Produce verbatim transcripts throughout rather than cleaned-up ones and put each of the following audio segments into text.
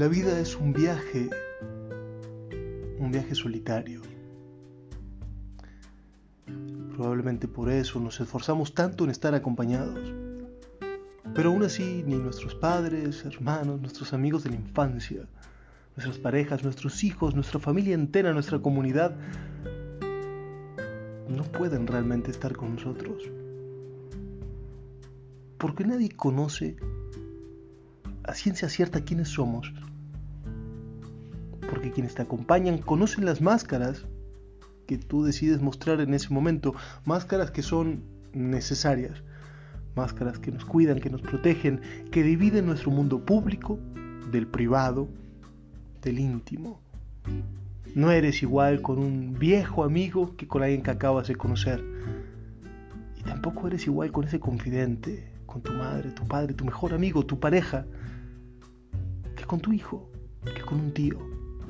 La vida es un viaje, un viaje solitario. Probablemente por eso nos esforzamos tanto en estar acompañados. Pero aún así, ni nuestros padres, hermanos, nuestros amigos de la infancia, nuestras parejas, nuestros hijos, nuestra familia entera, nuestra comunidad, no pueden realmente estar con nosotros. Porque nadie conoce a ciencia cierta quiénes somos. Porque quienes te acompañan conocen las máscaras que tú decides mostrar en ese momento, máscaras que son necesarias, máscaras que nos cuidan, que nos protegen, que dividen nuestro mundo público del privado, del íntimo. No eres igual con un viejo amigo que con alguien que acabas de conocer. Y tampoco eres igual con ese confidente, con tu madre, tu padre, tu mejor amigo, tu pareja, que con tu hijo, que con un tío.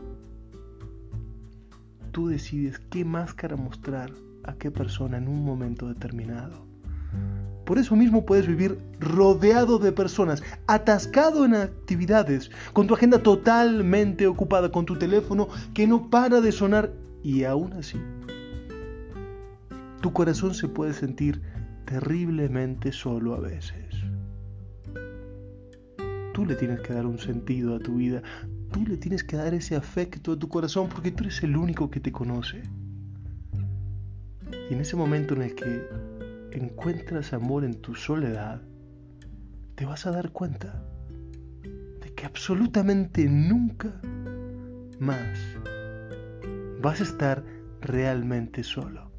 Tú decides qué máscara mostrar a qué persona en un momento determinado. Por eso mismo puedes vivir rodeado de personas, atascado en actividades, con tu agenda totalmente ocupada, con tu teléfono que no para de sonar, y aún así, tu corazón se puede sentir terriblemente solo a veces. Tú le tienes que dar un sentido a tu vida. Tú le tienes que dar ese afecto a tu corazón porque tú eres el único que te conoce. Y en ese momento en el que encuentras amor en tu soledad, te vas a dar cuenta de que absolutamente nunca más vas a estar realmente solo.